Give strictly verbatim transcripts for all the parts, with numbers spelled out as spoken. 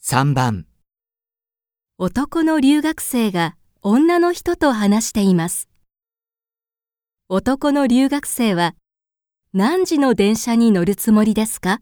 さんばん、 男の留学生が女の人と話しています。男の留学生は何時の電車に乗るつもりですか？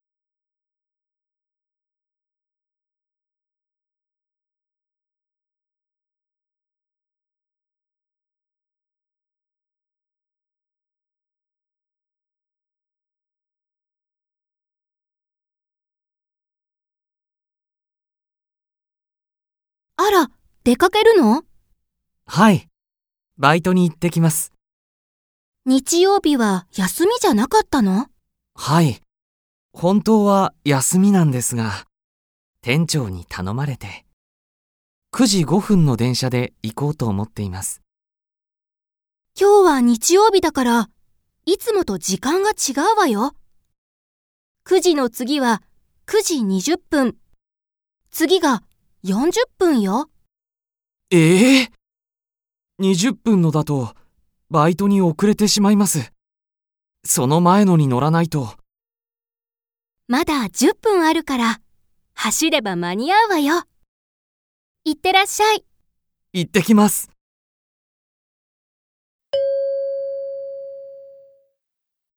あら、出かけるの？ はい。バイトに行ってきます。 日曜日は休みじゃなかったの？ はい。本当は休みなんですが、店長に頼まれて、くじごふんの電車で行こうと思っています。 今日は日曜日だから、いつもと時間が違うわよ。くじの次はくじにじゅっぷん。次がよんじゅっぷんよ。 ええにじゅっぷんのだと、バイトに遅れてしまいます。その前のに乗らないと。 まだじゅっぷんあるから、走れば間に合うわよ。いってらっしゃい。 行ってきます。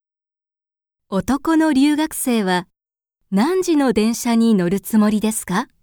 男の留学生は何時の電車に乗るつもりですか？